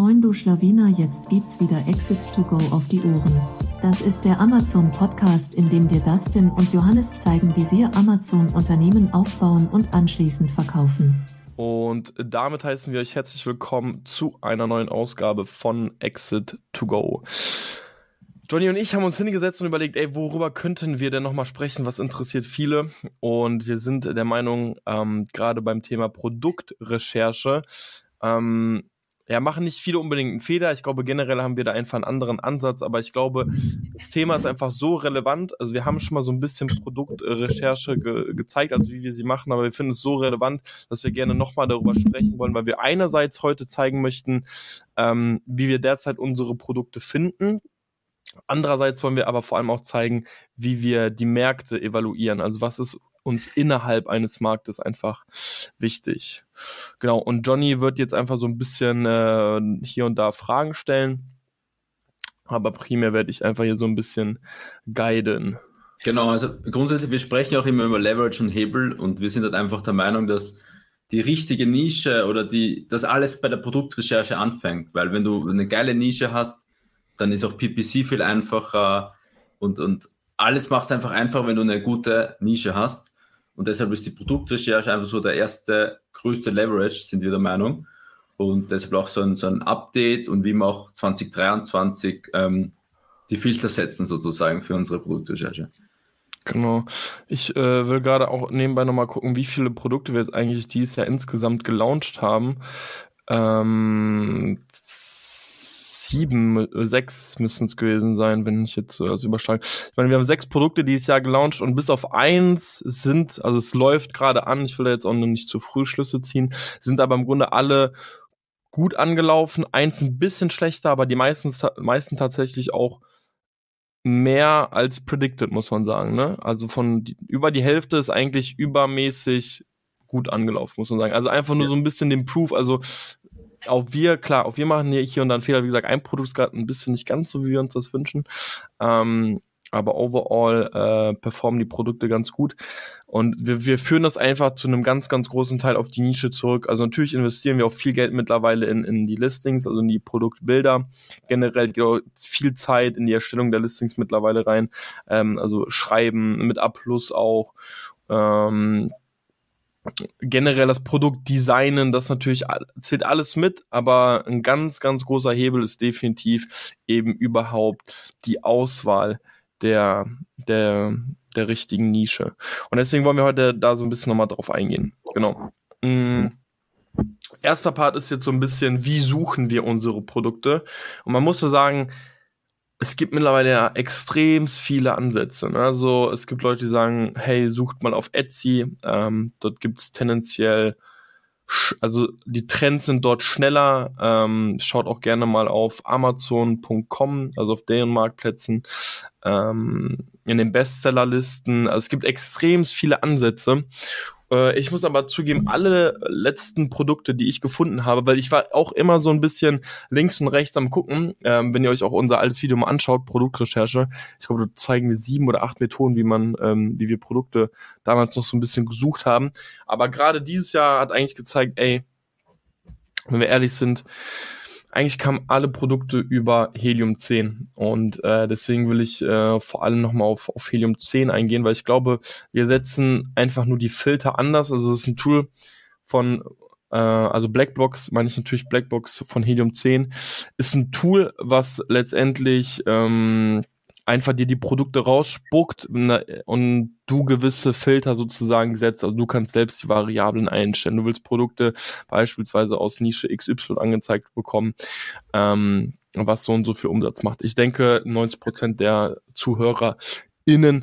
Moin du Schlawiner, jetzt gibt's wieder Exit to go auf die Ohren. Das ist der Amazon-Podcast, in dem dir Dustin und Johannes zeigen, wie sie Amazon-Unternehmen aufbauen und anschließend verkaufen. Und damit heißen wir euch herzlich willkommen zu einer neuen Ausgabe von Exit to go. Johnny und ich haben uns hingesetzt und überlegt, worüber könnten wir denn nochmal sprechen, was interessiert viele? Und wir sind der Meinung, gerade beim Thema Produktrecherche, machen nicht viele unbedingt einen Fehler. Ich glaube, generell haben wir da einfach einen anderen Ansatz, aber ich glaube, das Thema ist einfach so relevant. Also wir haben schon mal so ein bisschen Produktrecherche gezeigt, also wie wir sie machen, aber wir finden es so relevant, dass wir gerne nochmal darüber sprechen wollen, weil wir einerseits heute zeigen möchten, wie wir derzeit unsere Produkte finden. Andererseits wollen wir aber vor allem auch zeigen, wie wir die Märkte evaluieren. Also was ist uns innerhalb eines Marktes einfach wichtig. Genau, und Johnny wird jetzt einfach so ein bisschen hier und da Fragen stellen. Aber primär werde ich einfach hier so ein bisschen guiden. Genau, also grundsätzlich, wir sprechen auch immer über Leverage und Hebel und wir sind halt einfach der Meinung, dass die richtige Nische oder dass alles bei der Produktrecherche anfängt. Weil wenn du eine geile Nische hast, dann ist auch PPC viel einfacher und alles macht es einfach einfach, wenn du eine gute Nische hast. Und deshalb ist die Produktrecherche einfach so der erste, größte Leverage, sind wir der Meinung. Und deshalb auch so ein Update und wie wir auch 2023 die Filter setzen sozusagen für unsere Produktrecherche. Genau. Ich will gerade auch nebenbei nochmal gucken, wie viele Produkte wir jetzt eigentlich dieses Jahr insgesamt gelauncht haben. 6 müssen es gewesen sein, wenn ich jetzt so überschlage. Ich meine, wir haben 6 Produkte dieses Jahr gelauncht und bis auf 1 also es läuft gerade an, ich will da jetzt auch noch nicht zu früh Schlüsse ziehen, sind aber im Grunde alle gut angelaufen, 1 ein bisschen schlechter, aber die meisten tatsächlich auch mehr als predicted, muss man sagen, ne? Also über die Hälfte ist eigentlich übermäßig gut angelaufen, muss man sagen. Also einfach nur so ein bisschen den Proof, also auch wir machen hier und da einen Fehler. Wie gesagt, ein Produkt ist gerade ein bisschen nicht ganz so, wie wir uns das wünschen. Aber overall performen die Produkte ganz gut. Und wir führen das einfach zu einem ganz, ganz großen Teil auf die Nische zurück. Also natürlich investieren wir auch viel Geld mittlerweile in die Listings, also in die Produktbilder. Generell geht auch viel Zeit in die Erstellung der Listings mittlerweile rein. Also Schreiben mit A+ auch. Generell das Produkt designen, das natürlich zählt alles mit, aber ein ganz, ganz großer Hebel ist definitiv eben überhaupt die Auswahl der richtigen Nische. Und deswegen wollen wir heute da so ein bisschen nochmal drauf eingehen. Genau. Erster Part ist jetzt so ein bisschen, wie suchen wir unsere Produkte? Und man muss so sagen, es gibt mittlerweile ja extrem viele Ansätze. Ne? Also es gibt Leute, die sagen, hey, sucht mal auf Etsy. Dort gibt es tendenziell, also die Trends sind dort schneller. Schaut auch gerne mal auf Amazon.com, also auf deren Marktplätzen, in den Bestsellerlisten. Also es gibt extrem viele Ansätze. Ich muss aber zugeben, alle letzten Produkte, die ich gefunden habe, weil ich war auch immer so ein bisschen links und rechts am gucken, wenn ihr euch auch unser altes Video mal anschaut, Produktrecherche, ich glaube, da zeigen wir 7 oder 8 Methoden, wie wir Produkte damals noch so ein bisschen gesucht haben. Aber gerade dieses Jahr hat eigentlich gezeigt, wenn wir ehrlich sind, eigentlich kamen alle Produkte über Helium 10 und deswegen will ich vor allem nochmal auf Helium 10 eingehen, weil ich glaube, wir setzen einfach nur die Filter anders. Also es ist ein Tool von, also Blackbox, meine ich natürlich Blackbox von Helium 10, ist ein Tool, was letztendlich einfach dir die Produkte rausspuckt und du gewisse Filter sozusagen setzt. Also du kannst selbst die Variablen einstellen. Du willst Produkte beispielsweise aus Nische XY angezeigt bekommen, was so und so viel Umsatz macht. Ich denke, 90% der ZuhörerInnen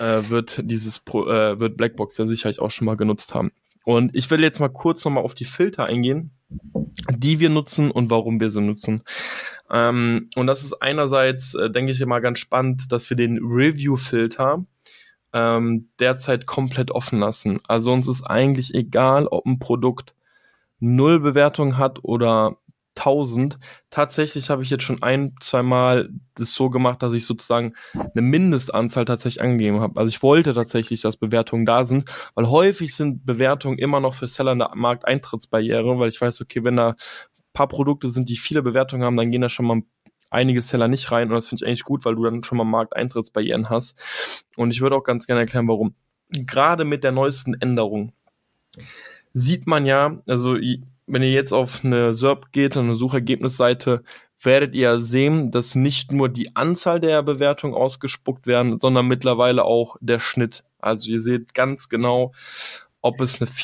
wird Blackbox ja sicherlich auch schon mal genutzt haben. Und ich will jetzt mal kurz nochmal auf die Filter eingehen, die wir nutzen und warum wir sie nutzen. Und das ist einerseits, denke ich immer ganz spannend, dass wir den Review-Filter derzeit komplett offen lassen. Also uns ist eigentlich egal, ob ein Produkt 0 Bewertungen hat oder 1000. Tatsächlich habe ich jetzt schon 1-2 Mal das so gemacht, dass ich sozusagen eine Mindestanzahl tatsächlich angegeben habe. Also ich wollte tatsächlich, dass Bewertungen da sind, weil häufig sind Bewertungen immer noch für Seller eine Markteintrittsbarriere, weil ich weiß, okay, wenn da paar Produkte sind, die viele Bewertungen haben, dann gehen da schon mal einige Seller nicht rein und das finde ich eigentlich gut, weil du dann schon mal Markteintrittsbarrieren hast. Und ich würde auch ganz gerne erklären, warum. Gerade mit der neuesten Änderung sieht man ja, also wenn ihr jetzt auf eine SERP geht, eine Suchergebnisseite, werdet ihr sehen, dass nicht nur die Anzahl der Bewertungen ausgespuckt werden, sondern mittlerweile auch der Schnitt. Also ihr seht ganz genau, ob es eine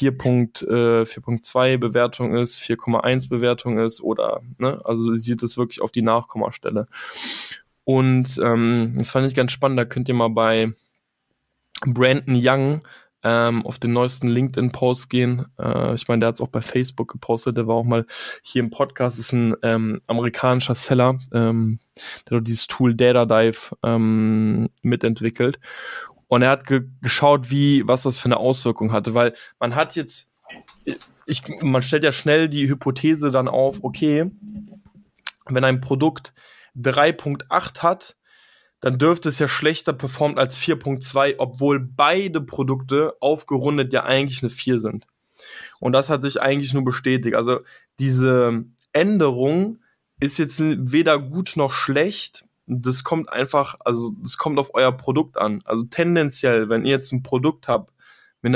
4.2 Bewertung ist, 4,1 Bewertung ist oder, ne, also ihr seht es wirklich auf die Nachkommastelle. Und das fand ich ganz spannend, da könnt ihr mal bei Brandon Young auf den neuesten LinkedIn-Post gehen. Ich meine, der hat es auch bei Facebook gepostet, der war auch mal hier im Podcast, ist ein amerikanischer Seller, der hat dieses Tool DataDive mitentwickelt. Und er hat geschaut, was das für eine Auswirkung hatte, weil man hat jetzt, man stellt ja schnell die Hypothese dann auf, okay, wenn ein Produkt 3.8 hat, dann dürfte es ja schlechter performt als 4.2, obwohl beide Produkte aufgerundet ja eigentlich eine 4 sind. Und das hat sich eigentlich nur bestätigt. Also diese Änderung ist jetzt weder gut noch schlecht. Das kommt einfach, also das kommt auf euer Produkt an. Also tendenziell, wenn ihr jetzt ein Produkt habt mit einer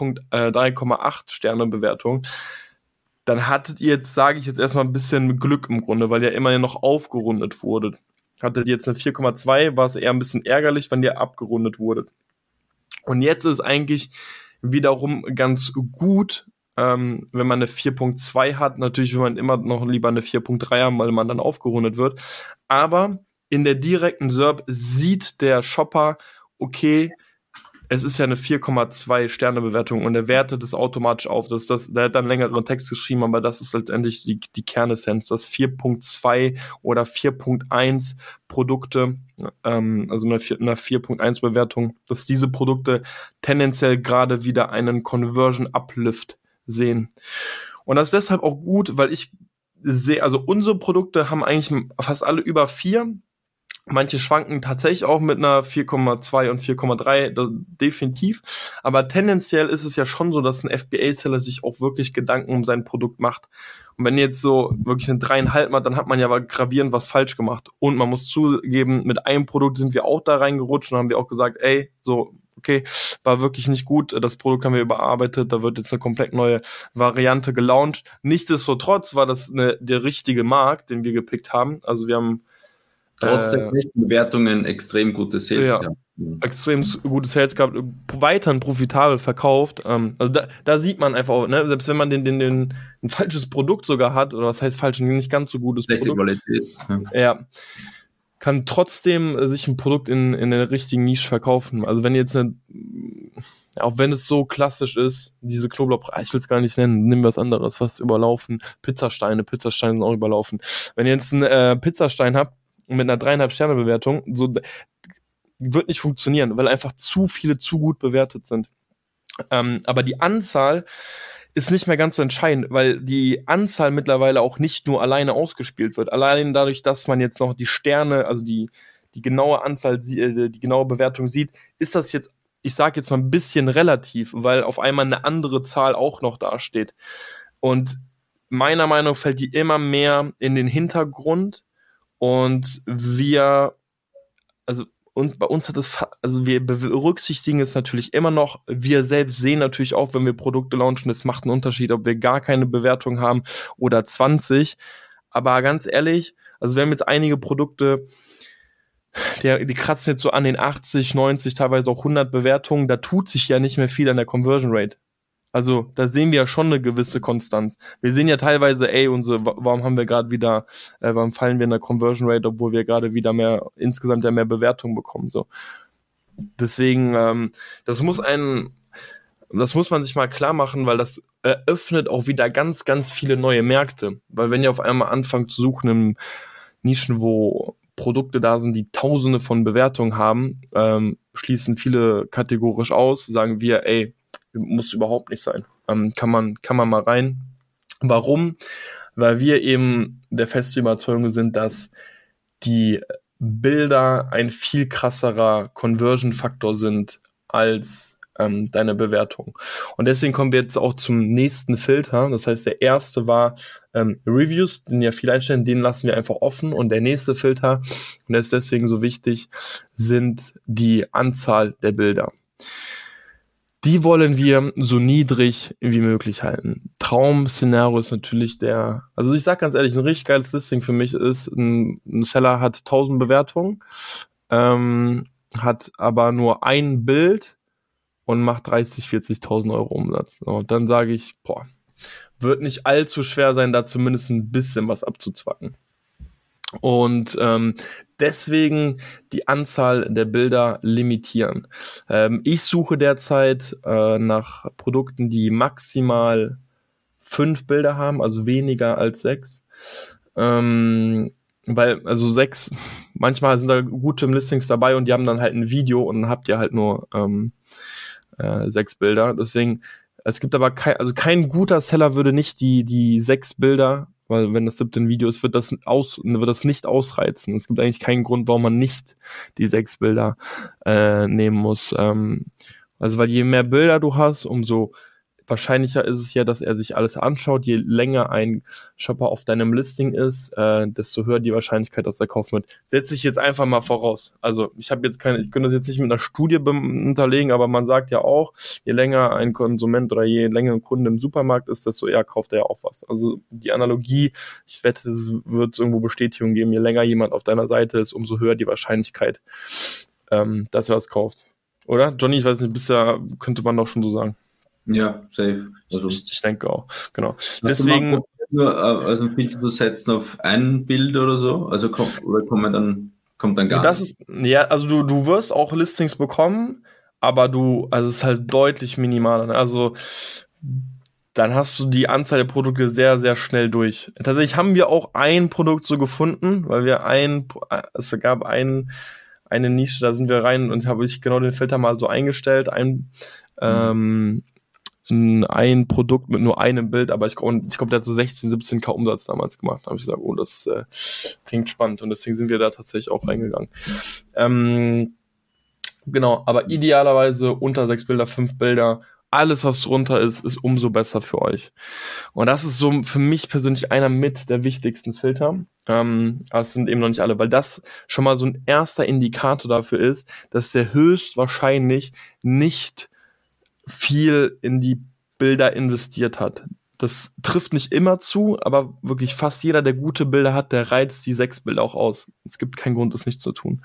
3,8 Sterne Bewertung, dann hattet ihr jetzt, sage ich jetzt erstmal, ein bisschen Glück im Grunde, weil ja immerhin noch aufgerundet wurde. Hattet ihr jetzt eine 4,2, war es eher ein bisschen ärgerlich, wenn ihr abgerundet wurdet. Und jetzt ist eigentlich wiederum ganz gut, wenn man eine 4.2 hat. Natürlich will man immer noch lieber eine 4.3 haben, weil man dann aufgerundet wird. Aber in der direkten SERP sieht der Shopper, okay, es ist ja eine 4,2 Sterne Bewertung und er wertet es automatisch auf. Der hat dann längeren Text geschrieben, aber das ist letztendlich die Kernessenz, dass 4.2 oder 4.1 Produkte, also eine 4.1 Bewertung, dass diese Produkte tendenziell gerade wieder einen Conversion Uplift sehen. Und das ist deshalb auch gut, weil ich sehe, also unsere Produkte haben eigentlich fast alle über 4. Manche schwanken tatsächlich auch mit einer 4,2 und 4,3, definitiv. Aber tendenziell ist es ja schon so, dass ein FBA-Seller sich auch wirklich Gedanken um sein Produkt macht. Und wenn jetzt so wirklich eine 3,5 macht, dann hat man ja gravierend was falsch gemacht. Und man muss zugeben, mit einem Produkt sind wir auch da reingerutscht und haben wir auch gesagt, okay, war wirklich nicht gut, das Produkt haben wir überarbeitet, da wird jetzt eine komplett neue Variante gelauncht. Nichtsdestotrotz war das der richtige Markt, den wir gepickt haben. Also wir haben trotz der schlechten Bewertungen extrem gute Sales gehabt. Extrem gute Sales gehabt, weiterhin profitabel verkauft. Also da sieht man einfach auch, ne, selbst wenn man ein falsches Produkt sogar hat, oder was heißt falsch, nicht ganz so gutes schlechte Produkt. Qualität. Ja. Kann trotzdem sich ein Produkt in der richtigen Nische verkaufen. Also wenn jetzt auch wenn es so klassisch ist, diese Knoblauch, ich will es gar nicht nennen, nimm was anderes, fast überlaufen. Pizzasteine sind auch überlaufen. Wenn ihr jetzt einen Pizzastein habt, mit einer 3,5 Sterne Bewertung, so wird nicht funktionieren, weil einfach zu viele zu gut bewertet sind. Aber die Anzahl ist nicht mehr ganz so entscheidend, weil die Anzahl mittlerweile auch nicht nur alleine ausgespielt wird. Allein dadurch, dass man jetzt noch die Sterne, also die genaue Anzahl, die genaue Bewertung sieht, ist das jetzt, ich sage jetzt mal ein bisschen relativ, weil auf einmal eine andere Zahl auch noch dasteht. Und meiner Meinung nach fällt die immer mehr in den Hintergrund. Und bei uns hat es, also wir berücksichtigen es natürlich immer noch, wir selbst sehen natürlich auch, wenn wir Produkte launchen, es macht einen Unterschied, ob wir gar keine Bewertung haben oder 20, aber ganz ehrlich, also wir haben jetzt einige Produkte, die kratzen jetzt so an den 80, 90, teilweise auch 100 Bewertungen, da tut sich ja nicht mehr viel an der Conversion Rate. Also da sehen wir ja schon eine gewisse Konstanz. Wir sehen ja teilweise, warum haben wir gerade wieder, warum fallen wir in der Conversion Rate, obwohl wir gerade wieder insgesamt mehr Bewertungen bekommen. So. Deswegen, das muss man sich mal klar machen, weil das eröffnet auch wieder ganz, ganz viele neue Märkte. Weil wenn ihr auf einmal anfangt zu suchen in Nischen, wo Produkte da sind, die Tausende von Bewertungen haben, schließen viele kategorisch aus, sagen wir, muss überhaupt nicht sein. Kann man mal rein. Warum? Weil wir eben der festen Überzeugung sind, dass die Bilder ein viel krasserer Conversion-Faktor sind als deine Bewertung. Und deswegen kommen wir jetzt auch zum nächsten Filter. Das heißt, der erste war Reviews, den ja viele einstellen, den lassen wir einfach offen. Und der nächste Filter, und der ist deswegen so wichtig, sind die Anzahl der Bilder. Die wollen wir so niedrig wie möglich halten. Traum-Szenario ist natürlich also ich sag ganz ehrlich, ein richtig geiles Listing für mich ist, ein Seller hat 1000 Bewertungen, hat aber nur ein Bild und macht 30.000, 40.000 Euro Umsatz. Und dann sage ich, wird nicht allzu schwer sein, da zumindest ein bisschen was abzuzwacken. Und deswegen die Anzahl der Bilder limitieren. Ich suche derzeit nach Produkten, die maximal 5 Bilder haben, also weniger als 6. Weil, also 6, manchmal sind da gute Listings dabei und die haben dann halt ein Video und dann habt ihr halt nur 6 Bilder. Deswegen, es gibt aber kein guter Seller würde nicht die 6 Bilder, weil wenn das 7. Video ist, wird das nicht ausreizen. Es gibt eigentlich keinen Grund, warum man nicht die 6 Bilder nehmen muss. Also weil je mehr Bilder du hast, umso wahrscheinlicher ist es ja, dass er sich alles anschaut. Je länger ein Shopper auf deinem Listing ist, desto höher die Wahrscheinlichkeit, dass er kaufen wird. Setze ich jetzt einfach mal voraus. Also ich könnte das jetzt nicht mit einer Studie unterlegen, aber man sagt ja auch, je länger ein Konsument oder je länger ein Kunde im Supermarkt ist, desto eher kauft er ja auch was. Also die Analogie, ich wette, es wird irgendwo Bestätigung geben, je länger jemand auf deiner Seite ist, umso höher die Wahrscheinlichkeit, dass er was kauft. Oder? Johnny, ich weiß nicht, könnte man doch schon so sagen. Ja, safe. Also, ich denke auch, genau. Deswegen nur also ein Filter zu setzen auf ein Bild oder so, also kommt dann gar nicht. Also du wirst auch Listings bekommen, aber es ist halt deutlich minimaler. Ne? Also dann hast du die Anzahl der Produkte sehr, sehr schnell durch. Tatsächlich haben wir auch ein Produkt so gefunden, weil es gab eine Nische, da sind wir rein und habe ich genau den Filter mal so eingestellt, ein Produkt mit nur einem Bild, aber ich glaube, der hat so 17K Umsatz damals gemacht. Da habe ich gesagt, das klingt spannend und deswegen sind wir da tatsächlich auch reingegangen. Genau, aber idealerweise unter 6 Bilder, 5 Bilder, alles was drunter ist umso besser für euch. Und das ist so für mich persönlich einer mit der wichtigsten Filter. Aber es sind eben noch nicht alle, weil das schon mal so ein erster Indikator dafür ist, dass der höchstwahrscheinlich nicht viel in die Bilder investiert hat. Das trifft nicht immer zu, aber wirklich fast jeder, der gute Bilder hat, der reizt die 6 Bilder auch aus. Es gibt keinen Grund, das nicht zu tun.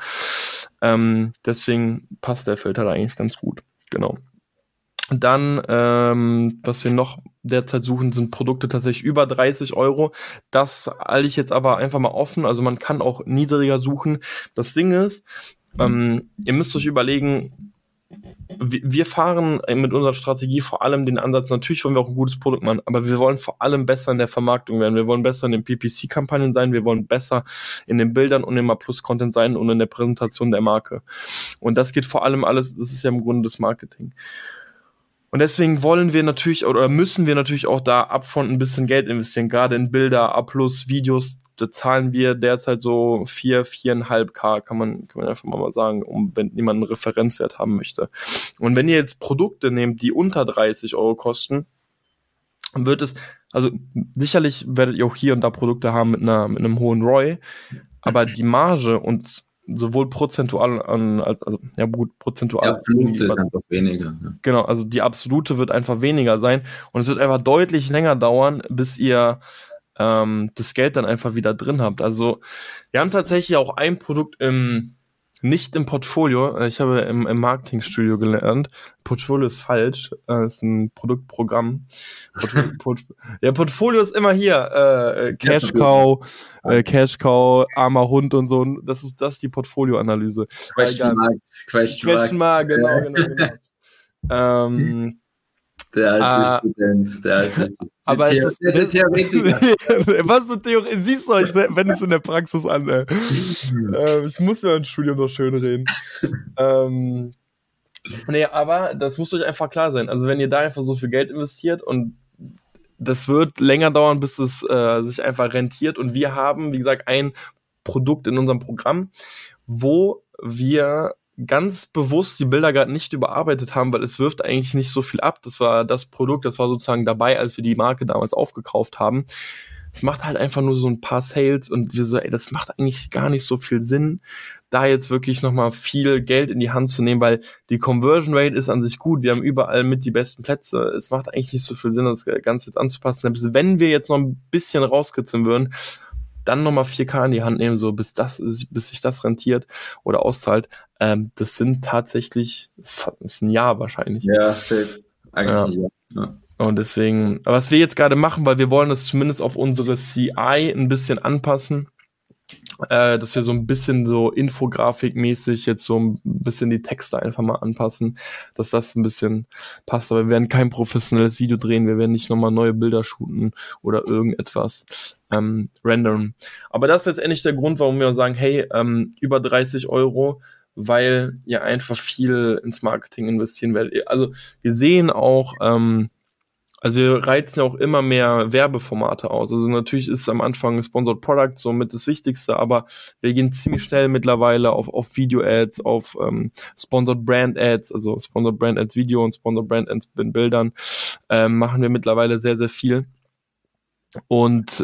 Deswegen passt der Filter da eigentlich ganz gut. Genau. Dann, was wir noch derzeit suchen, sind Produkte tatsächlich über 30 Euro. Das halte ich jetzt aber einfach mal offen. Also man kann auch niedriger suchen. Das Ding ist, ihr müsst euch überlegen, wir fahren mit unserer Strategie vor allem den Ansatz, natürlich wollen wir auch ein gutes Produkt machen, aber wir wollen vor allem besser in der Vermarktung werden. Wir wollen besser in den PPC-Kampagnen sein, wir wollen besser in den Bildern und im A+-Content sein und in der Präsentation der Marke. Und das geht vor allem alles, das ist ja im Grunde das Marketing. Und deswegen wollen wir natürlich oder müssen wir natürlich auch da upfront ein bisschen Geld investieren, gerade in Bilder, A+, Videos. Da zahlen wir derzeit so 4,5K, kann man einfach mal sagen, wenn jemand einen Referenzwert haben möchte. Und wenn ihr jetzt Produkte nehmt, die unter 30 Euro kosten, wird es, also sicherlich werdet ihr auch hier und da Produkte haben mit einem hohen ROI, aber die Marge und sowohl prozentual prozentual. Die absolute ist einfach weniger. Ja. Genau, also die absolute wird einfach weniger sein und es wird einfach deutlich länger dauern, bis ihr das Geld dann einfach wieder drin habt. Also wir haben tatsächlich auch ein Produkt nicht im Portfolio. Ich habe im Marketingstudio gelernt. Portfolio ist falsch. Ist ein Produktprogramm. Portfolio ist immer hier. Cash Cow, armer Hund und so. Das ist die Portfolio-Analyse. Question Mark, genau. Der alte Student, aber der Theoretiker. Was für Theorie? Siehst du euch, wenn es in der Praxis an, ich muss ja im Studium noch schön reden. Aber das muss euch einfach klar sein. Also wenn ihr da einfach so viel Geld investiert und das wird länger dauern, bis es sich einfach rentiert. Und wir haben, wie gesagt, ein Produkt in unserem Programm, wo wir ganz bewusst die Bilder gerade nicht überarbeitet haben, weil es wirft eigentlich nicht so viel ab. Das war das Produkt, das war sozusagen dabei, als wir die Marke damals aufgekauft haben. Es macht halt einfach nur so ein paar Sales und wir so, das macht eigentlich gar nicht so viel Sinn, da jetzt wirklich nochmal viel Geld in die Hand zu nehmen, weil die Conversion Rate ist an sich gut, wir haben überall mit die besten Plätze. Es macht eigentlich nicht so viel Sinn, das Ganze jetzt anzupassen. Selbst wenn wir jetzt noch ein bisschen rauskitzeln würden, dann nochmal 4K in die Hand nehmen, so bis sich das rentiert oder auszahlt. Das sind tatsächlich, das ist ein Jahr wahrscheinlich. Ja, safe. Eigentlich ein Jahr. Ja. Und deswegen, was wir jetzt gerade machen, weil wir wollen das zumindest auf unsere CI ein bisschen anpassen, dass wir so ein bisschen so infografikmäßig jetzt so ein bisschen die Texte einfach mal anpassen, dass das ein bisschen passt. Aber wir werden kein professionelles Video drehen, wir werden nicht nochmal neue Bilder shooten oder irgendetwas rendern. Aber das ist letztendlich der Grund, warum wir sagen, hey, über 30 €, weil ihr einfach viel ins Marketing investieren werdet. Also wir sehen auch, also wir reizen ja auch immer mehr Werbeformate aus. Also natürlich ist am Anfang Sponsored Product somit das Wichtigste, aber wir gehen ziemlich schnell mittlerweile auf Video-Ads, auf Sponsored Brand Ads, also Sponsored Brand Ads Video und Sponsored Brand Ads in Bildern, machen wir mittlerweile sehr, sehr viel. Und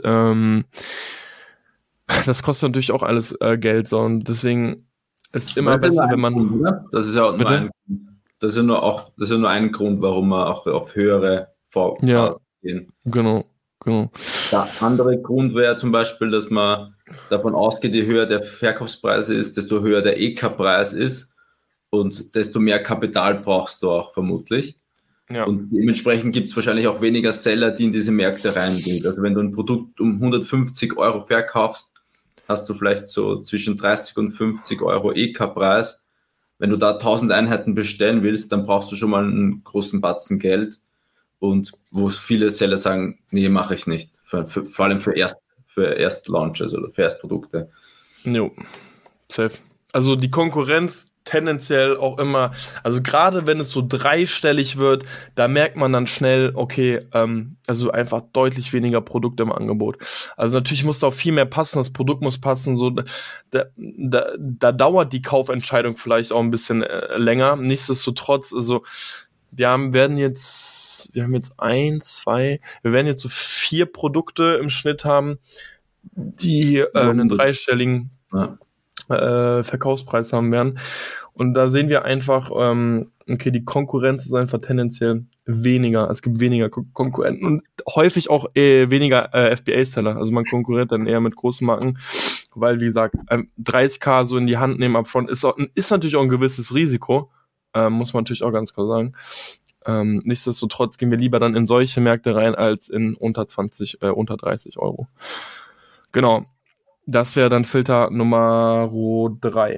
das kostet natürlich auch alles Geld, so, und deswegen ist immer besser, wenn man... Grund, das ist ja auch nur das ist ja nur ein Grund, warum man auch auf höhere gehen. Genau. Der andere Grund wäre zum Beispiel, dass man davon ausgeht, je höher der Verkaufspreis ist, desto höher der EK-Preis ist und desto mehr Kapital brauchst du auch vermutlich. Ja. Und dementsprechend gibt es wahrscheinlich auch weniger Seller, die in diese Märkte reingehen. Also wenn du ein Produkt um 150 € verkaufst, hast du vielleicht so zwischen 30 und 50 € EK-Preis. Wenn du da 1000 Einheiten bestellen willst, dann brauchst du schon mal einen großen Batzen Geld. Und wo viele Seller sagen, nee, mache ich nicht. Vor allem für Erstlaunches oder für Erstprodukte. Jo, safe. Also die Konkurrenz tendenziell auch immer, also gerade wenn es so dreistellig wird, da merkt man dann schnell, okay, also einfach deutlich weniger Produkte im Angebot. Also natürlich muss da auch viel mehr passen, das Produkt muss passen, so da dauert die Kaufentscheidung vielleicht auch ein bisschen länger. Nichtsdestotrotz, also wir werden jetzt so 4 Produkte im Schnitt haben, die einen dreistelligen Verkaufspreis haben werden. Und da sehen wir einfach, okay, die Konkurrenz ist einfach tendenziell weniger. Es gibt weniger Konkurrenten und häufig auch weniger FBA-Seller. Also man konkurriert dann eher mit großen Marken, weil, wie gesagt, 30.000 so in die Hand nehmen upfront ist natürlich auch ein gewisses Risiko. Muss man natürlich auch ganz klar sagen. Nichtsdestotrotz gehen wir lieber dann in solche Märkte rein, als in unter 30 €. Genau. Das wäre dann Filter Nummer 3.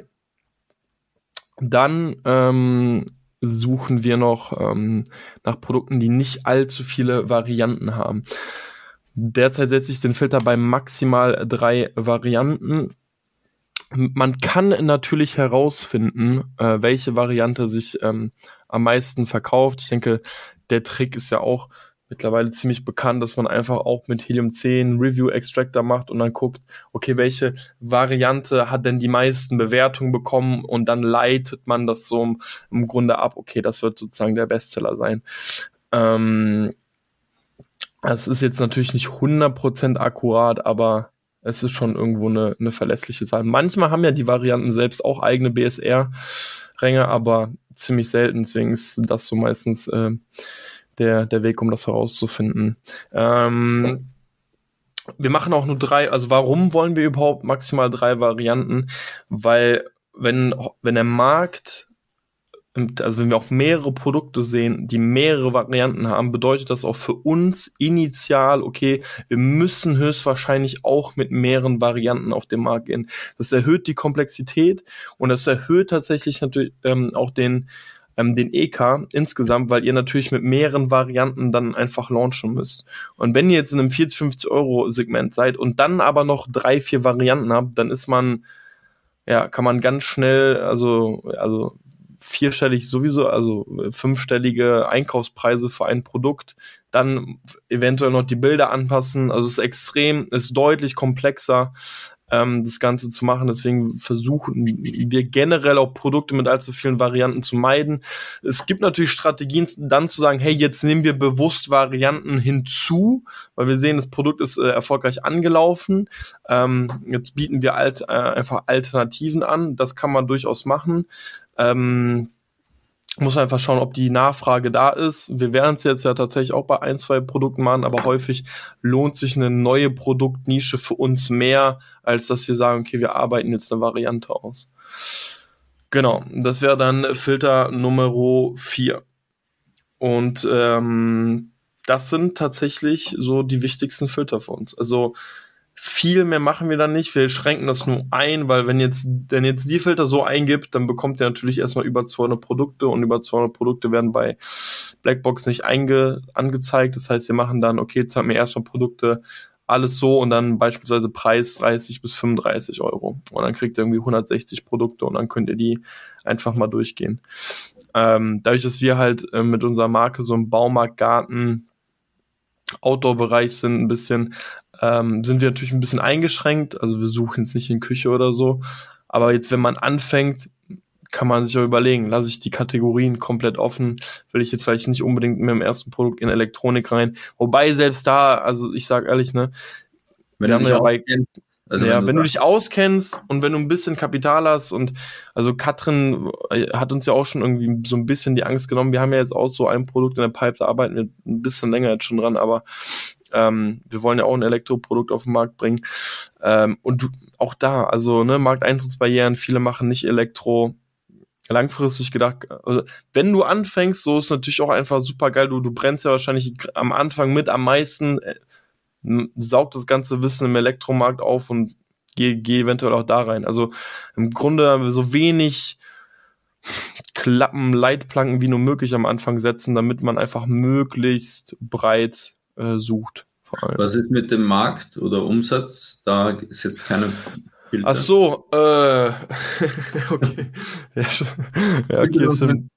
Dann suchen wir noch nach Produkten, die nicht allzu viele Varianten haben. Derzeit setze ich den Filter bei maximal 3 Varianten. Man kann natürlich herausfinden, welche Variante sich am meisten verkauft. Ich denke, der Trick ist ja auch mittlerweile ziemlich bekannt, dass man einfach auch mit Helium-10 Review-Extractor macht und dann guckt, okay, welche Variante hat denn die meisten Bewertungen bekommen, und dann leitet man das so im Grunde ab, okay, das wird sozusagen der Bestseller sein. Das ist jetzt natürlich nicht 100% akkurat, aber es ist schon irgendwo eine verlässliche Zahl. Manchmal haben ja die Varianten selbst auch eigene BSR-Ränge, aber ziemlich selten. Deswegen ist das so meistens der Weg, um das herauszufinden. Wir machen auch nur 3. Also warum wollen wir überhaupt maximal 3 Varianten? Weil wenn der Markt, also wenn wir auch mehrere Produkte sehen, die mehrere Varianten haben, bedeutet das auch für uns initial, okay, wir müssen höchstwahrscheinlich auch mit mehreren Varianten auf den Markt gehen. Das erhöht die Komplexität und das erhöht tatsächlich natürlich auch den EK insgesamt, weil ihr natürlich mit mehreren Varianten dann einfach launchen müsst. Und wenn ihr jetzt in einem 40, 50 € Segment seid und dann aber noch 3, 4 Varianten habt, dann kann man ganz schnell, also vierstellig sowieso, also 5-stellige Einkaufspreise für ein Produkt, dann eventuell noch die Bilder anpassen. Also es ist deutlich komplexer, das Ganze zu machen. Deswegen versuchen wir generell auch Produkte mit allzu vielen Varianten zu meiden. Es gibt natürlich Strategien, dann zu sagen, hey, jetzt nehmen wir bewusst Varianten hinzu, weil wir sehen, das Produkt ist erfolgreich angelaufen. Jetzt bieten wir einfach Alternativen an. Das kann man durchaus machen. Muss einfach schauen, ob die Nachfrage da ist. Wir werden es jetzt ja tatsächlich auch bei 1, 2 Produkten machen, aber häufig lohnt sich eine neue Produktnische für uns mehr, als dass wir sagen, okay, wir arbeiten jetzt eine Variante aus. Genau, das wäre dann Filter Nummer 4. Und das sind tatsächlich so die wichtigsten Filter für uns. Also viel mehr machen wir dann nicht. Wir schränken das nur ein, weil wenn jetzt die Filter so eingibt, dann bekommt ihr natürlich erstmal über 200 Produkte und über 200 Produkte werden bei Blackbox nicht angezeigt. Das heißt, wir machen dann, okay, zeig mir erstmal Produkte, alles so und dann beispielsweise Preis 30 bis 35 Euro. Und dann kriegt ihr irgendwie 160 Produkte und dann könnt ihr die einfach mal durchgehen. Dadurch, dass wir halt mit unserer Marke so im Baumarkt, Garten, Outdoor-Bereich sind ein bisschen, sind wir natürlich ein bisschen eingeschränkt, also wir suchen jetzt nicht in Küche oder so, aber jetzt, wenn man anfängt, kann man sich auch überlegen, lasse ich die Kategorien komplett offen, will ich jetzt vielleicht nicht unbedingt mit dem ersten Produkt in Elektronik rein, wobei selbst da, also ich sag ehrlich, ne, wenn du dich auskennst und wenn du ein bisschen Kapital hast und also Katrin hat uns ja auch schon irgendwie so ein bisschen die Angst genommen, wir haben ja jetzt auch so ein Produkt in der Pipe, da arbeiten wir ein bisschen länger jetzt schon dran, aber wir wollen ja auch ein Elektroprodukt auf den Markt bringen und auch da, also ne, Markteintrittsbarrieren, viele machen nicht Elektro, langfristig gedacht, also wenn du anfängst, so ist natürlich auch einfach super geil, du brennst ja wahrscheinlich am Anfang mit am meisten, saugt das ganze Wissen im Elektromarkt auf und geh eventuell auch da rein. Also im Grunde so wenig Klappen, Leitplanken wie nur möglich am Anfang setzen, damit man einfach möglichst breit sucht. Vor allem. Was ist mit dem Markt oder Umsatz? Da ist jetzt keine Filter. Ach so, okay. Ja, okay, stimmt.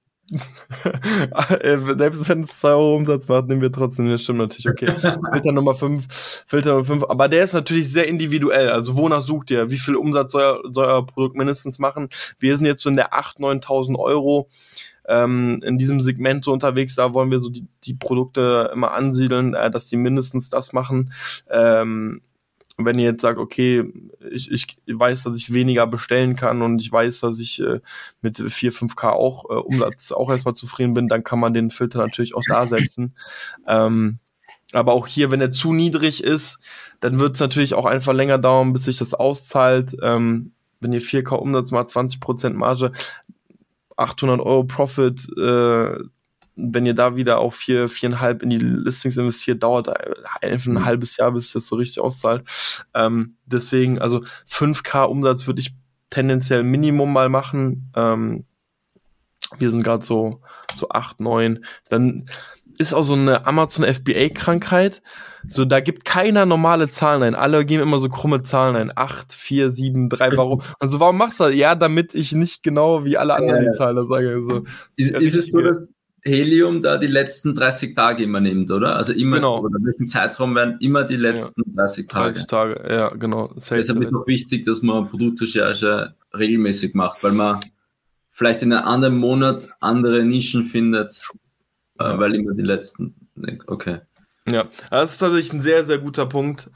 Selbst wenn es 2 Euro Umsatz macht, nehmen wir trotzdem, das stimmt natürlich, okay. Filter Nummer 5, aber der ist natürlich sehr individuell, also wonach sucht ihr, wie viel Umsatz soll euer Produkt mindestens machen? Wir sind jetzt so in der 8.000, 9.000 Euro in diesem Segment so unterwegs, da wollen wir so die Produkte immer ansiedeln, dass die mindestens das machen. Wenn ihr jetzt sagt, okay, ich weiß, dass ich weniger bestellen kann und ich weiß, dass ich mit 4, 5K auch Umsatz auch erstmal zufrieden bin, dann kann man den Filter natürlich auch da setzen. Aber auch hier, wenn er zu niedrig ist, dann wird es natürlich auch einfach länger dauern, bis sich das auszahlt. Wenn ihr 4K Umsatz macht, 20% Marge, 800 Euro Profit, wenn ihr da wieder auch 4,5 in die Listings investiert, dauert einfach ein halbes Jahr, bis sich das so richtig auszahlt. Deswegen, also 5K Umsatz würde ich tendenziell Minimum mal machen. Wir sind gerade so 8, 9. Dann ist auch so eine Amazon FBA-Krankheit. So, da gibt keiner normale Zahlen ein. Alle geben immer so krumme Zahlen ein. 8, 4, 7, 3, warum? Und so, warum machst du das? Ja, damit ich nicht genau wie alle anderen die Zahlen sage. So, ist es so, dass Helium da die letzten 30 Tage immer nimmt, oder? Also immer, genau. Oder welchen Zeitraum werden immer die letzten 30 Tage? 30 Tage, ja, genau. Deshalb ist es auch wichtig, dass man Produktrecherche regelmäßig macht, weil man vielleicht in einem anderen Monat andere Nischen findet, weil immer die letzten, okay. Ja, das ist tatsächlich ein sehr, sehr guter Punkt.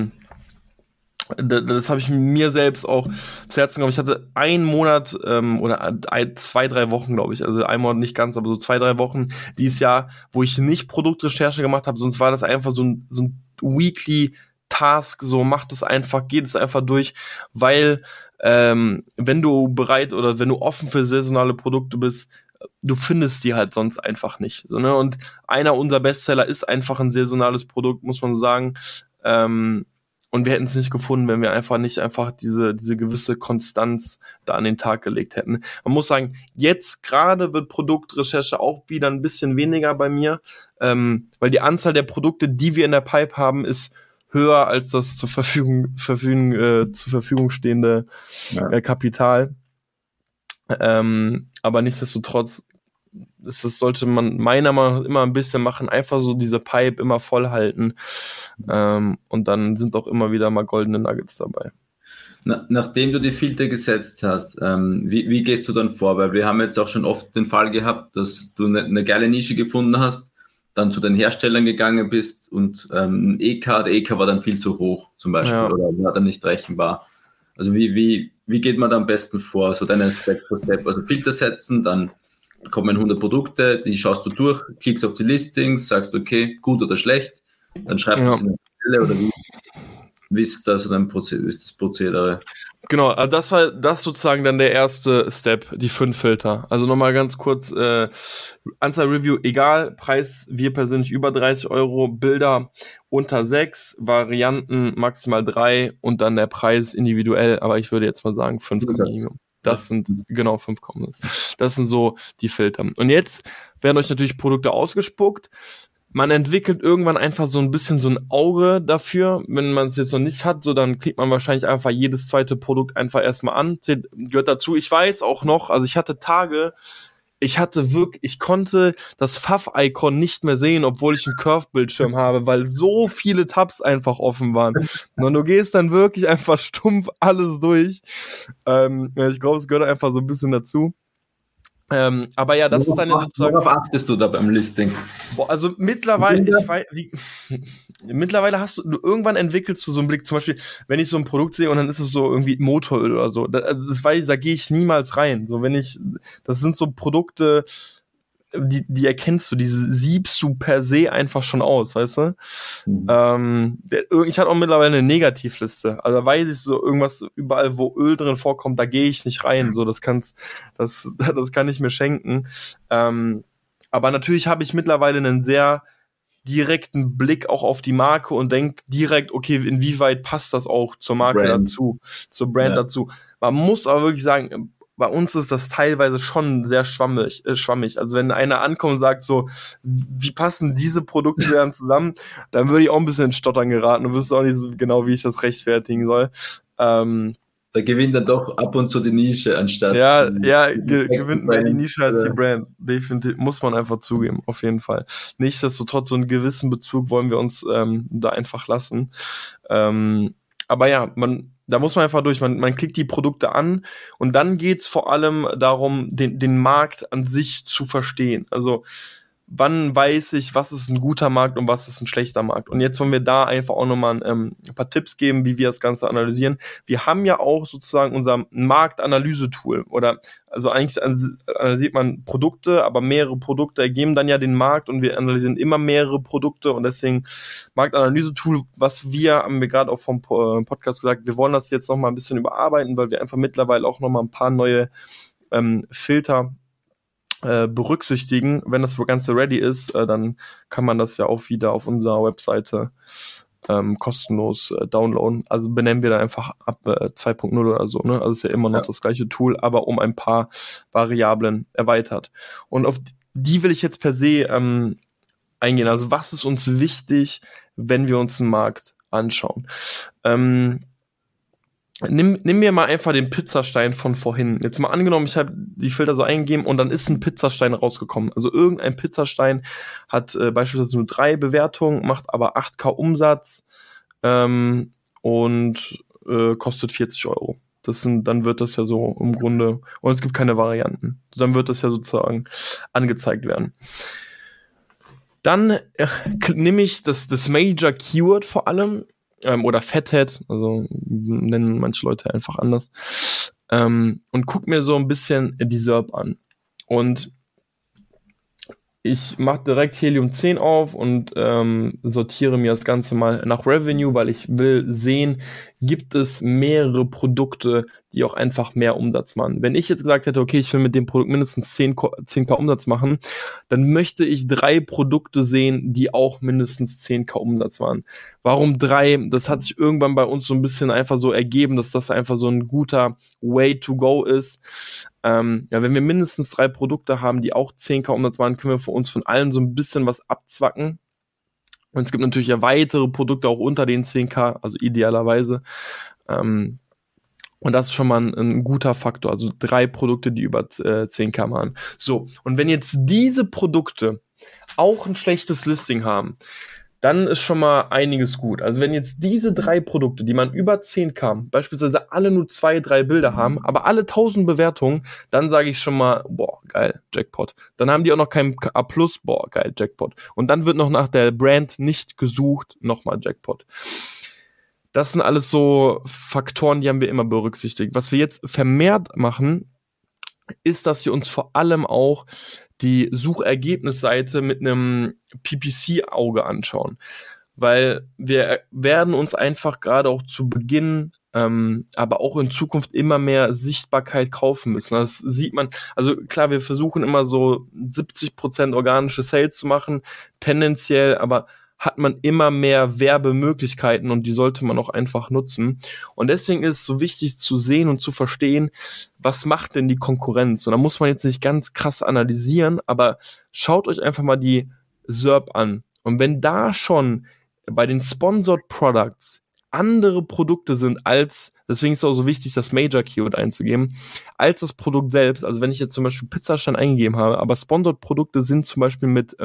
Das habe ich mir selbst auch zu Herzen genommen. Ich hatte einen Monat oder 2, 3 Wochen, glaube ich, also ein Monat nicht ganz, aber so 2, 3 Wochen dieses Jahr, wo ich nicht Produktrecherche gemacht habe, sonst war das einfach so ein Weekly Task, so macht es einfach, geht es einfach durch, weil wenn du bereit oder wenn du offen für saisonale Produkte bist, du findest die halt sonst einfach nicht. So, ne? Und einer unserer Bestseller ist einfach ein saisonales Produkt, muss man sagen. Und wir hätten es nicht gefunden, wenn wir einfach nicht diese gewisse Konstanz da an den Tag gelegt hätten. Man muss sagen, jetzt gerade wird Produktrecherche auch wieder ein bisschen weniger bei mir, weil die Anzahl der Produkte, die wir in der Pipe haben, ist höher als das zur Verfügung stehende Kapital. Aber nichtsdestotrotz sollte man meiner Meinung nach immer ein bisschen machen, einfach so diese Pipe immer voll halten und dann sind auch immer wieder mal goldene Nuggets dabei. Nachdem du die Filter gesetzt hast, wie gehst du dann vor? Weil wir haben jetzt auch schon oft den Fall gehabt, dass du eine geile Nische gefunden hast, dann zu den Herstellern gegangen bist und der EK war dann viel zu hoch zum Beispiel oder war dann nicht rechenbar. Also wie geht man da am besten vor? So deine Step-for-Step, also Filter setzen, dann kommen 100 Produkte, die schaust du durch, klickst auf die Listings, sagst okay, gut oder schlecht, dann schreibst du es in eine Stelle oder wie ist das Prozedere? Genau, also das sozusagen dann der erste Step, die 5 Filter. Also nochmal ganz kurz, Anzahl Review egal, Preis wir persönlich über 30 €, Bilder unter 6, Varianten maximal 3 und dann der Preis individuell, aber ich würde jetzt mal sagen 5 Minimum. Das sind, genau, 5 kommen. Das sind so die Filter. Und jetzt werden euch natürlich Produkte ausgespuckt. Man entwickelt irgendwann einfach so ein bisschen so ein Auge dafür. Wenn man es jetzt noch nicht hat, so dann klickt man wahrscheinlich einfach jedes zweite Produkt einfach erstmal an. Gehört dazu. Ich weiß auch noch, also ich hatte Tage, ich konnte das Pfaff-Icon nicht mehr sehen, obwohl ich einen Curve-Bildschirm habe, weil so viele Tabs einfach offen waren. Und du gehst dann wirklich einfach stumpf alles durch. Ich glaube, es gehört einfach so ein bisschen dazu. Aber ja, das ist dann ja sozusagen. Worauf achtest du da beim Listing? Boah, also mittlerweile, mittlerweile irgendwann entwickelst du so einen Blick, zum Beispiel, wenn ich so ein Produkt sehe und dann ist es so irgendwie Motoröl oder so, da gehe ich niemals rein. So, das sind so Produkte, die erkennst du, die siebst du per se einfach schon aus, weißt du? Ich hatte auch mittlerweile eine Negativliste. Also da weiß ich so, irgendwas überall, wo Öl drin vorkommt, da gehe ich nicht rein. So, das kann ich mir schenken. Aber natürlich habe ich mittlerweile einen sehr direkten Blick auch auf die Marke und denke direkt, okay, inwieweit passt das auch zur Marke dazu, zur Brand dazu. Man muss aber wirklich sagen, bei uns ist das teilweise schon sehr schwammig. Also wenn einer ankommt und sagt so, wie passen diese Produkte dann zusammen, dann würde ich auch ein bisschen ins Stottern geraten und wüsste auch nicht so genau, wie ich das rechtfertigen soll. Da gewinnt dann doch ab und zu die Nische anstatt. Gewinnt mehr die Nische als die Brand. Definitiv, muss man einfach zugeben, auf jeden Fall. Nichtsdestotrotz, so einen gewissen Bezug wollen wir uns da einfach lassen. Aber ja, da muss man einfach durch, man klickt die Produkte an und dann geht's vor allem darum, den Markt an sich zu verstehen. Also wann weiß ich, was ist ein guter Markt und was ist ein schlechter Markt. Und jetzt wollen wir da einfach auch nochmal ein paar Tipps geben, wie wir das Ganze analysieren. Wir haben ja auch sozusagen unser Marktanalyse-Tool also eigentlich analysiert man Produkte, aber mehrere Produkte ergeben dann ja den Markt und wir analysieren immer mehrere Produkte und deswegen Marktanalyse-Tool, haben wir gerade auch vom Podcast gesagt, wir wollen das jetzt nochmal ein bisschen überarbeiten, weil wir einfach mittlerweile auch nochmal ein paar neue Filter berücksichtigen. Wenn das Ganze ready ist, dann kann man das ja auch wieder auf unserer Webseite kostenlos downloaden. Also benennen wir dann einfach ab 2.0 oder so. Ne? Also ist ja immer noch das gleiche Tool, aber um ein paar Variablen erweitert. Und auf die will ich jetzt per se eingehen. Also was ist uns wichtig, wenn wir uns einen Markt anschauen? Nimm mir mal einfach den Pizzastein von vorhin. Jetzt mal angenommen, ich habe die Filter so eingegeben und dann ist ein Pizzastein rausgekommen. Also irgendein Pizzastein hat beispielsweise nur 3 Bewertungen, macht aber 8.000 Umsatz und kostet 40 €. Dann wird das ja so im Grunde, und es gibt keine Varianten. Dann wird das ja sozusagen angezeigt werden. Dann nehme ich das Major Keyword vor allem, oder Fathead, also nennen manche Leute einfach anders, und guck mir so ein bisschen die SERP an. Und ich mache direkt Helium 10 auf und sortiere mir das Ganze mal nach Revenue, weil ich will sehen, gibt es mehrere Produkte, die auch einfach mehr Umsatz machen. Wenn ich jetzt gesagt hätte, okay, ich will mit dem Produkt mindestens 10.000 Umsatz machen, dann möchte ich 3 Produkte sehen, die auch mindestens 10.000 Umsatz machen. Warum 3? Das hat sich irgendwann bei uns so ein bisschen einfach so ergeben, dass das einfach so ein guter Way to go ist. Wenn wir mindestens 3 Produkte haben, die auch 10.000 Umsatz machen, können wir für uns von allen so ein bisschen was abzwacken. Und es gibt natürlich ja weitere Produkte auch unter den 10.000, also idealerweise. Und das ist schon mal ein guter Faktor. Also 3 Produkte, die über 10.000 machen. So, und wenn jetzt diese Produkte auch ein schlechtes Listing haben, dann ist schon mal einiges gut. Also wenn jetzt diese 3 Produkte, die man über 10 beispielsweise alle nur 2, 3 Bilder haben, aber alle 1000 Bewertungen, dann sage ich schon mal, boah, geil, Jackpot. Dann haben die auch noch kein A+, boah, geil, Jackpot. Und dann wird noch nach der Brand nicht gesucht, nochmal Jackpot. Das sind alles so Faktoren, die haben wir immer berücksichtigt. Was wir jetzt vermehrt machen, ist, dass wir uns vor allem auch die Suchergebnisseite mit einem PPC-Auge anschauen. Weil wir werden uns einfach gerade auch zu Beginn, aber auch in Zukunft immer mehr Sichtbarkeit kaufen müssen. Das sieht man, also klar, wir versuchen immer so 70% organische Sales zu machen, tendenziell, aber hat man immer mehr Werbemöglichkeiten und die sollte man auch einfach nutzen. Und deswegen ist es so wichtig zu sehen und zu verstehen, was macht denn die Konkurrenz? Und da muss man jetzt nicht ganz krass analysieren, aber schaut euch einfach mal die SERP an. Und wenn da schon bei den Sponsored Products andere Produkte sind als, deswegen ist es auch so wichtig, das Major Keyword einzugeben, als das Produkt selbst. Also wenn ich jetzt zum Beispiel Pizzastand eingegeben habe, aber Sponsored Produkte sind zum Beispiel mit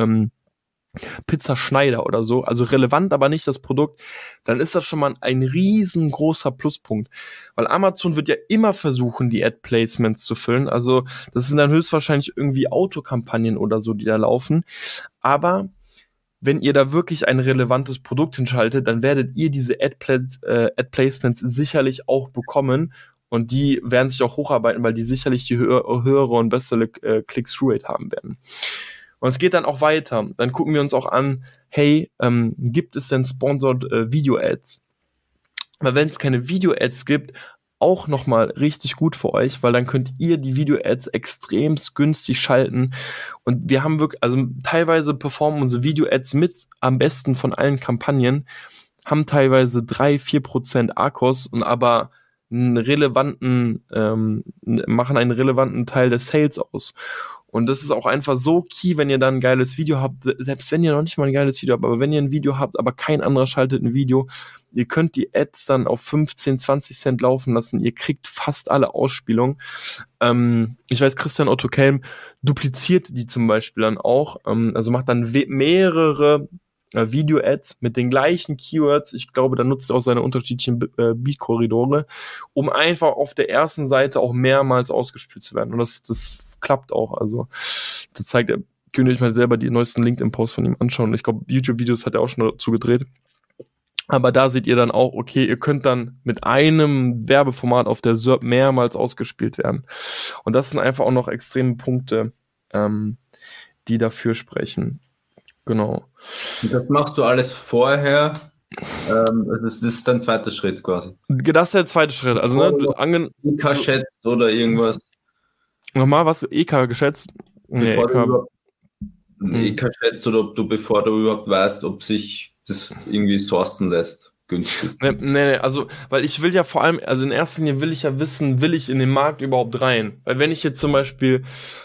Pizzaschneider oder so, also relevant, aber nicht das Produkt, dann ist das schon mal ein riesengroßer Pluspunkt. Weil Amazon wird ja immer versuchen, die Ad-Placements zu füllen. Also das sind dann höchstwahrscheinlich irgendwie Autokampagnen oder so, die da laufen. Aber wenn ihr da wirklich ein relevantes Produkt hinschaltet, dann werdet ihr diese Ad-Placements sicherlich auch bekommen. Und die werden sich auch hocharbeiten, weil die sicherlich die höhere und bessere Click-Through-Rate haben werden. Und es geht dann auch weiter. Dann gucken wir uns auch an, hey, gibt es denn Sponsored Video-Ads? Weil wenn es keine Video-Ads gibt, auch nochmal richtig gut für euch, weil dann könnt ihr die Video-Ads extremst günstig schalten. Und wir haben wirklich, also teilweise performen unsere Video-Ads mit am besten von allen Kampagnen, haben teilweise 3-4% ARKOS und aber machen einen relevanten Teil des Sales aus. Und das ist auch einfach so key, wenn ihr dann ein geiles Video habt, selbst wenn ihr noch nicht mal ein geiles Video habt, aber wenn ihr ein Video habt, aber kein anderer schaltet ein Video, ihr könnt die Ads dann auf 15, 20 Cent laufen lassen, ihr kriegt fast alle Ausspielungen. Ich weiß, Christian Otto Kelm dupliziert die zum Beispiel dann auch, also macht dann mehrere Video-Ads mit den gleichen Keywords. Ich glaube, da nutzt er auch seine unterschiedlichen Beat-Korridore, um einfach auf der ersten Seite auch mehrmals ausgespielt zu werden. Und das klappt auch. Also das zeigt, könnt ihr euch mal selber die neuesten LinkedIn-Posts von ihm anschauen. Ich glaube, YouTube-Videos hat er auch schon dazu gedreht. Aber da seht ihr dann auch, okay, ihr könnt dann mit einem Werbeformat auf der SERP mehrmals ausgespielt werden. Und das sind einfach auch noch extreme Punkte, die dafür sprechen. Genau. Und das machst du alles vorher. Das ist dein zweiter Schritt quasi. Das ist der zweite Schritt. Also, ne, EK schätzt oder irgendwas. Nochmal, was? EK geschätzt? EK schätzt oder bevor du überhaupt weißt, ob sich das irgendwie sourcen lässt. Günstig. Nee, also, weil ich will ja vor allem, also in erster Linie will ich ja wissen, will ich in den Markt überhaupt rein? Weil wenn ich jetzt zum Beispiel,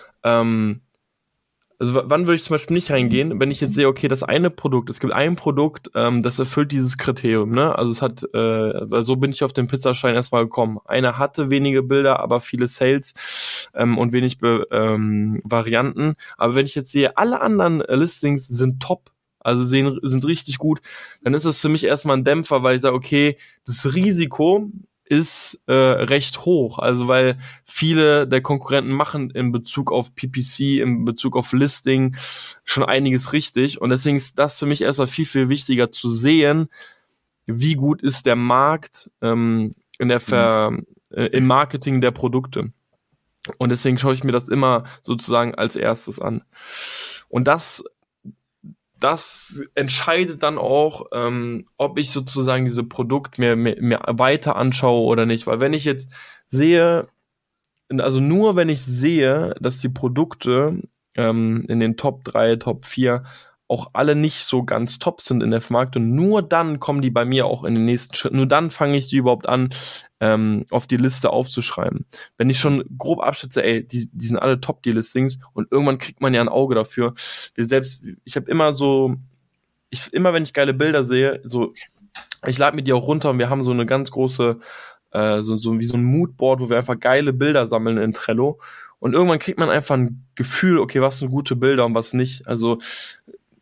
also wann würde ich zum Beispiel nicht reingehen, wenn ich jetzt sehe, okay, das eine Produkt, es gibt ein Produkt, das erfüllt dieses Kriterium, ne? Also es hat, so bin ich auf den Pizzaschein erstmal gekommen. Einer hatte wenige Bilder, aber viele Sales und wenig Varianten. Aber wenn ich jetzt sehe, alle anderen Listings sind top, also sind richtig gut, dann ist das für mich erstmal ein Dämpfer, weil ich sage, okay, das Risiko ist recht hoch, also weil viele der Konkurrenten machen in Bezug auf PPC, in Bezug auf Listing schon einiges richtig und deswegen ist das für mich erstmal viel, viel wichtiger zu sehen, wie gut ist der Markt im Marketing der Produkte. Und deswegen schaue ich mir das immer sozusagen als erstes an. Und das entscheidet dann auch, ob ich sozusagen diese Produkt mir weiter anschaue oder nicht. Weil wenn ich jetzt sehe, also nur wenn ich sehe, dass die Produkte in den Top 3, Top 4 auch alle nicht so ganz top sind in der Vermarktung, nur dann kommen die bei mir auch in den nächsten Schritt. Nur dann fange ich die überhaupt an, auf die Liste aufzuschreiben. Wenn ich schon grob abschätze, ey, die sind alle top, die Listings, und irgendwann kriegt man ja ein Auge dafür. Ich habe immer so, wenn ich geile Bilder sehe, so, ich lade mir die auch runter und wir haben so eine ganz große, so wie so ein Moodboard, wo wir einfach geile Bilder sammeln in Trello. Und irgendwann kriegt man einfach ein Gefühl, okay, was sind gute Bilder und was nicht. Also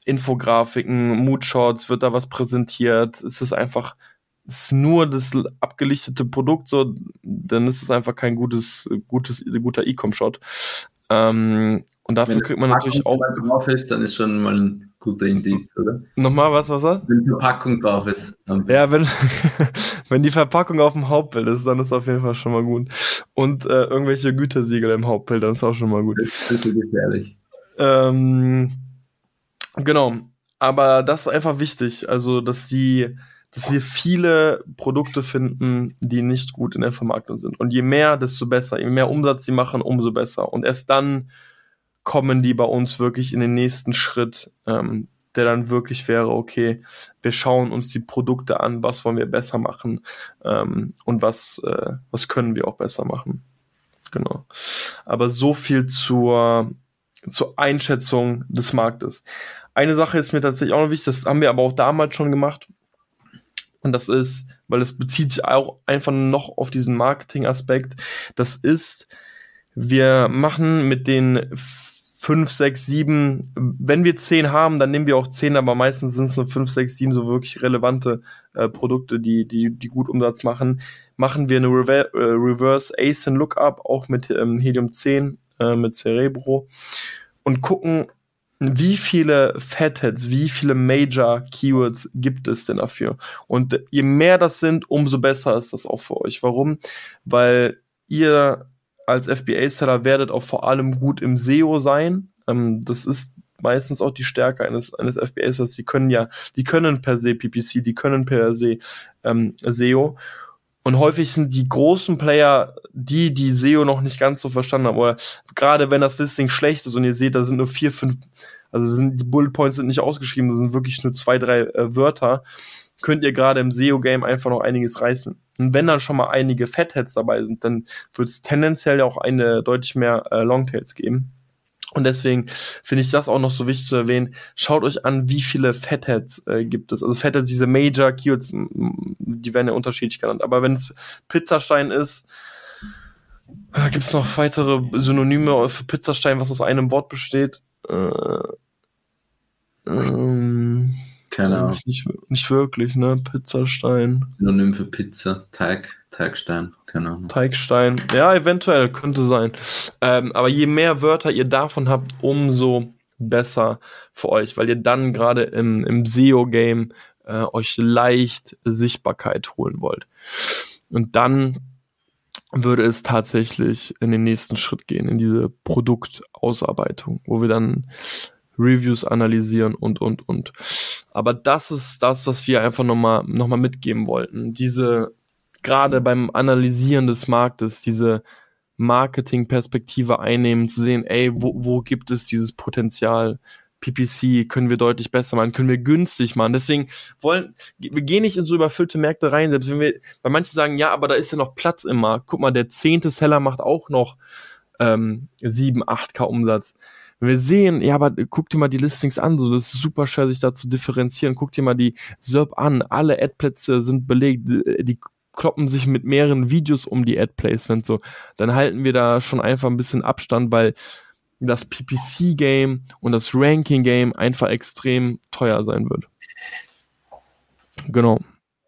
Infografiken, Moodshots, wird da was präsentiert, es ist nur das abgelichtete Produkt, so, dann ist es einfach kein guter E-Com-Shot. Und dafür kriegt man natürlich auch. Wenn drauf ist, dann ist schon mal ein guter Indiz, oder? Nochmal, was? Wenn die Verpackung drauf ist. Ja, wenn die Verpackung auf dem Hauptbild ist, dann ist auf jeden Fall schon mal gut. Und irgendwelche Gütesiegel im Hauptbild, dann ist auch schon mal gut. Das ist gefährlich. Genau. Aber das ist einfach wichtig. Also, dass wir viele Produkte finden, die nicht gut in der Vermarktung sind. Und je mehr, desto besser. Je mehr Umsatz sie machen, umso besser. Und erst dann kommen die bei uns wirklich in den nächsten Schritt, der dann wirklich wäre, okay, wir schauen uns die Produkte an, was wollen wir besser machen, und was können wir auch besser machen. Genau. Aber so viel zur Einschätzung des Marktes. Eine Sache ist mir tatsächlich auch noch wichtig, das haben wir aber auch damals schon gemacht. Und das ist, weil es bezieht sich auch einfach noch auf diesen Marketing-Aspekt, das ist, wir machen mit den 5, 6, 7, wenn wir 10 haben, dann nehmen wir auch 10, aber meistens sind es nur 5, 6, 7 so wirklich relevante Produkte, die gut Umsatz machen wir eine Reverse ASIN Lookup, auch mit Helium 10, mit Cerebro, und gucken, wie viele Fatheads, wie viele Major Keywords gibt es denn dafür? Und je mehr das sind, umso besser ist das auch für euch. Warum? Weil ihr als FBA-Seller werdet auch vor allem gut im SEO sein. Das ist meistens auch die Stärke eines FBA-Sellers. Die können per se PPC, die können per se SEO. Und häufig sind die großen Player, die SEO noch nicht ganz so verstanden haben, oder gerade wenn das Listing schlecht ist und ihr seht, da sind nur 4, 5, also die Bullet Points sind nicht ausgeschrieben, das sind wirklich nur 2, 3 Wörter, könnt ihr gerade im SEO-Game einfach noch einiges reißen. Und wenn dann schon mal einige Fatheads dabei sind, dann wird es tendenziell ja auch deutlich mehr Longtails geben. Und deswegen finde ich das auch noch so wichtig zu erwähnen. Schaut euch an, wie viele Fatheads gibt es. Also Fatheads, diese Major Keywords, die werden ja unterschiedlich genannt. Aber wenn es Pizzastein ist, gibt es noch weitere Synonyme für Pizzastein, was aus einem Wort besteht. Keine Ahnung. Nicht wirklich, ne? Pizzastein. Synonym für Pizza, Teigstein, keine Ahnung. Teigstein, ja, eventuell, könnte sein. Aber je mehr Wörter ihr davon habt, umso besser für euch, weil ihr dann gerade im SEO-Game euch leicht Sichtbarkeit holen wollt. Und dann würde es tatsächlich in den nächsten Schritt gehen, in diese Produktausarbeitung, wo wir dann Reviews analysieren und. Aber das ist das, was wir einfach nochmal mitgeben wollten. Gerade beim Analysieren des Marktes, diese Marketing-Perspektive einnehmen, zu sehen, wo gibt es dieses Potenzial? PPC können wir deutlich besser machen, können wir günstig machen. Deswegen wir gehen nicht in so überfüllte Märkte rein, selbst wenn weil manche sagen, ja, aber da ist ja noch Platz im Markt. Guck mal, der 10. Seller macht auch noch 7, 8K Umsatz. Wenn wir sehen, ja, aber guck dir mal die Listings an, so, das ist super schwer, sich da zu differenzieren. Guck dir mal die SERP an, alle Ad-Plätze sind belegt, die kloppen sich mit mehreren Videos um die Ad-Placement, so. Dann halten wir da schon einfach ein bisschen Abstand, weil das PPC-Game und das Ranking-Game einfach extrem teuer sein wird. Genau.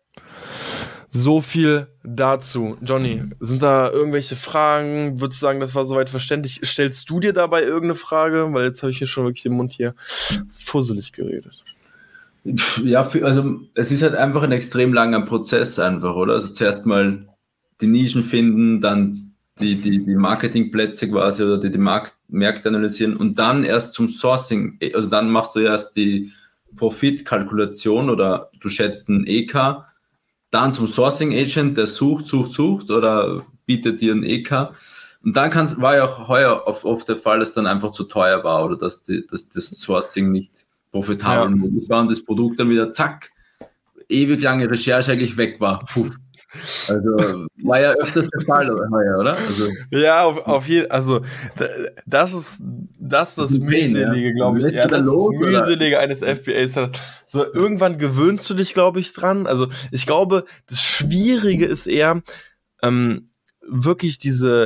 So viel dazu. Johnny, sind da irgendwelche Fragen? Würdest du sagen, das war soweit verständlich? Stellst du dir dabei irgendeine Frage? Weil jetzt habe ich hier schon wirklich den Mund hier fusselig geredet. Ja, also es ist halt einfach ein extrem langer Prozess einfach, oder? Also zuerst mal die Nischen finden, dann die Marketingplätze quasi oder die Märkte analysieren und dann erst zum Sourcing, also dann machst du erst die Profitkalkulation oder du schätzt einen EK, dann zum Sourcing Agent, der sucht oder bietet dir ein EK. Und dann war ja auch heuer oft der Fall, dass dann einfach zu teuer war oder dass das Sourcing nicht profitabel war und das Produkt dann wieder zack, ewig lange Recherche eigentlich weg war. Puff. Also war ja öfters der Fall heuer, oder? Also, ja, auf jeden Fall. Also das ist das Mühselige, glaube ich. Ja, das ist das Mühselige eines FBAs. So, irgendwann gewöhnst du dich, glaube ich, dran. Also ich glaube, das Schwierige ist eher wirklich diese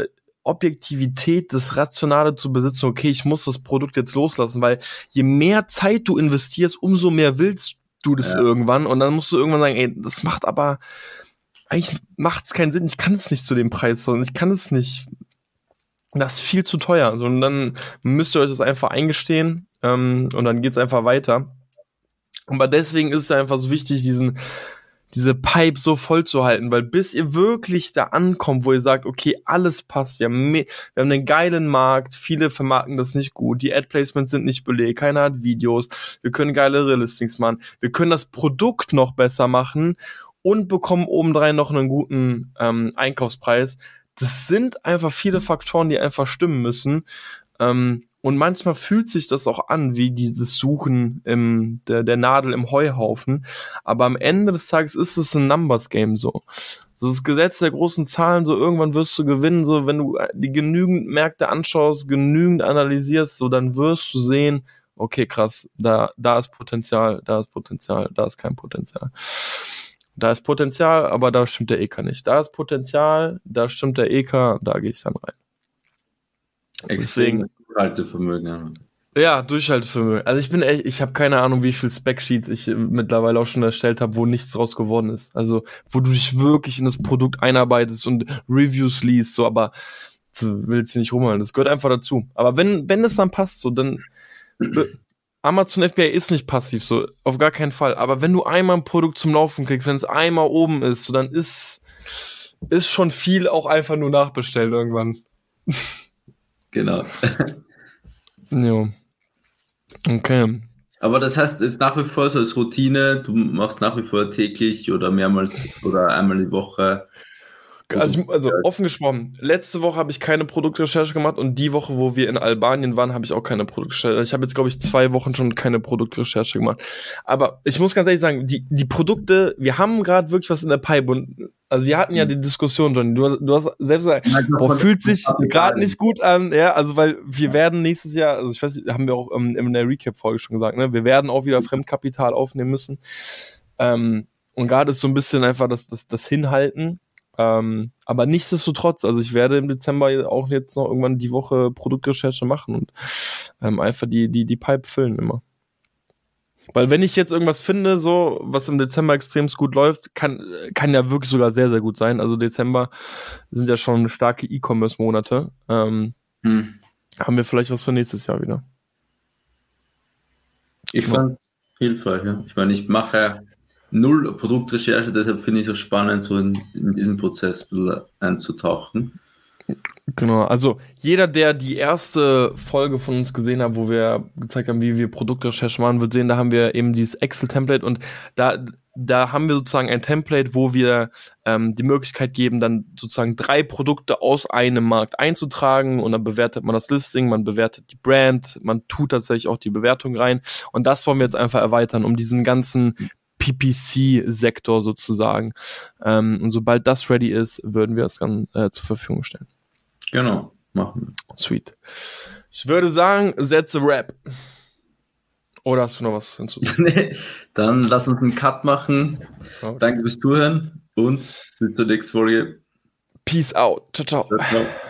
Objektivität, das Rationale zu besitzen, okay, ich muss das Produkt jetzt loslassen, weil je mehr Zeit du investierst, umso mehr willst du das irgendwann und dann musst du irgendwann sagen, ey, das macht aber, eigentlich macht es keinen Sinn, ich kann es nicht zu dem Preis, sondern ich kann es nicht, das ist viel zu teuer. Und dann müsst ihr euch das einfach eingestehen und dann geht's einfach weiter. Aber deswegen ist es einfach so wichtig, diese Pipe so voll zu halten, weil bis ihr wirklich da ankommt, wo ihr sagt, okay, alles passt, wir haben einen geilen Markt, viele vermarkten das nicht gut, die Ad-Placements sind nicht belegt, keiner hat Videos, wir können geilere Listings machen, wir können das Produkt noch besser machen und bekommen obendrein noch einen guten Einkaufspreis. Das sind einfach viele Faktoren, die einfach stimmen müssen. Und manchmal fühlt sich das auch an, wie dieses Suchen der Nadel im Heuhaufen. Aber am Ende des Tages ist es ein Numbers-Game so. So das Gesetz der großen Zahlen, so irgendwann wirst du gewinnen, so wenn du die genügend Märkte anschaust, genügend analysierst, so dann wirst du sehen, okay, krass, da ist Potenzial, da ist Potenzial, da ist kein Potenzial. Da ist Potenzial, aber da stimmt der EK nicht. Da ist Potenzial, da stimmt der EK, da gehe ich dann rein. Deswegen Durchhaltevermögen. Ja, Durchhaltevermögen. Also ich habe keine Ahnung, wie viel Spec-Sheets ich mittlerweile auch schon erstellt habe, wo nichts draus geworden ist. Also, wo du dich wirklich in das Produkt einarbeitest und Reviews liest, so, aber so willst du nicht rumhalten. Das gehört einfach dazu. Aber wenn es dann passt, so, dann Amazon FBA ist nicht passiv, so, auf gar keinen Fall. Aber wenn du einmal ein Produkt zum Laufen kriegst, wenn es einmal oben ist, so, dann ist schon viel auch einfach nur nachbestellt irgendwann. Genau. Ja. Okay. Aber das heißt, jetzt nach wie vor so als Routine, du machst nach wie vor täglich oder mehrmals oder einmal die Woche. Also offen gesprochen, letzte Woche habe ich keine Produktrecherche gemacht und die Woche, wo wir in Albanien waren, habe ich auch keine Produktrecherche. Ich habe jetzt, glaube ich, 2 Wochen schon keine Produktrecherche gemacht. Aber ich muss ganz ehrlich sagen, die Produkte, wir haben gerade wirklich was in der Pipe und also wir hatten ja die Diskussion, Johnny, du hast selbst gesagt, fühlt sich gerade nicht gut an, ja, also weil wir werden nächstes Jahr, also ich weiß nicht, haben wir auch in der Recap-Folge schon gesagt, ne, wir werden auch wieder Fremdkapital aufnehmen müssen und gerade ist so ein bisschen einfach das Hinhalten. Aber nichtsdestotrotz, also ich werde im Dezember auch jetzt noch irgendwann die Woche Produktrecherche machen und einfach die Pipe füllen immer. Weil wenn ich jetzt irgendwas finde, so, was im Dezember extrem gut läuft, kann ja wirklich sogar sehr, sehr gut sein. Also Dezember sind ja schon starke E-Commerce-Monate. Haben wir vielleicht was für nächstes Jahr wieder. Ich fand hilfreich, ja. Ich meine, ich mache 0 Produktrecherche, deshalb finde ich es auch spannend, so in diesen Prozess ein bisschen einzutauchen. Genau, also jeder, der die erste Folge von uns gesehen hat, wo wir gezeigt haben, wie wir Produktrecherche machen, wird sehen, da haben wir eben dieses Excel-Template und da haben wir sozusagen ein Template, wo wir die Möglichkeit geben, dann sozusagen 3 Produkte aus einem Markt einzutragen und dann bewertet man das Listing, man bewertet die Brand, man tut tatsächlich auch die Bewertung rein und das wollen wir jetzt einfach erweitern, um diesen ganzen PPC-Sektor sozusagen. Und sobald das ready ist, würden wir es dann zur Verfügung stellen. Genau, machen wir. Sweet. Ich würde sagen, that's a wrap. Oder hast du noch was hinzuzufügen? Dann lass uns einen Cut machen. Okay. Danke fürs Zuhören und bis zur nächsten Folge. Peace out. Ciao, ciao. Ciao.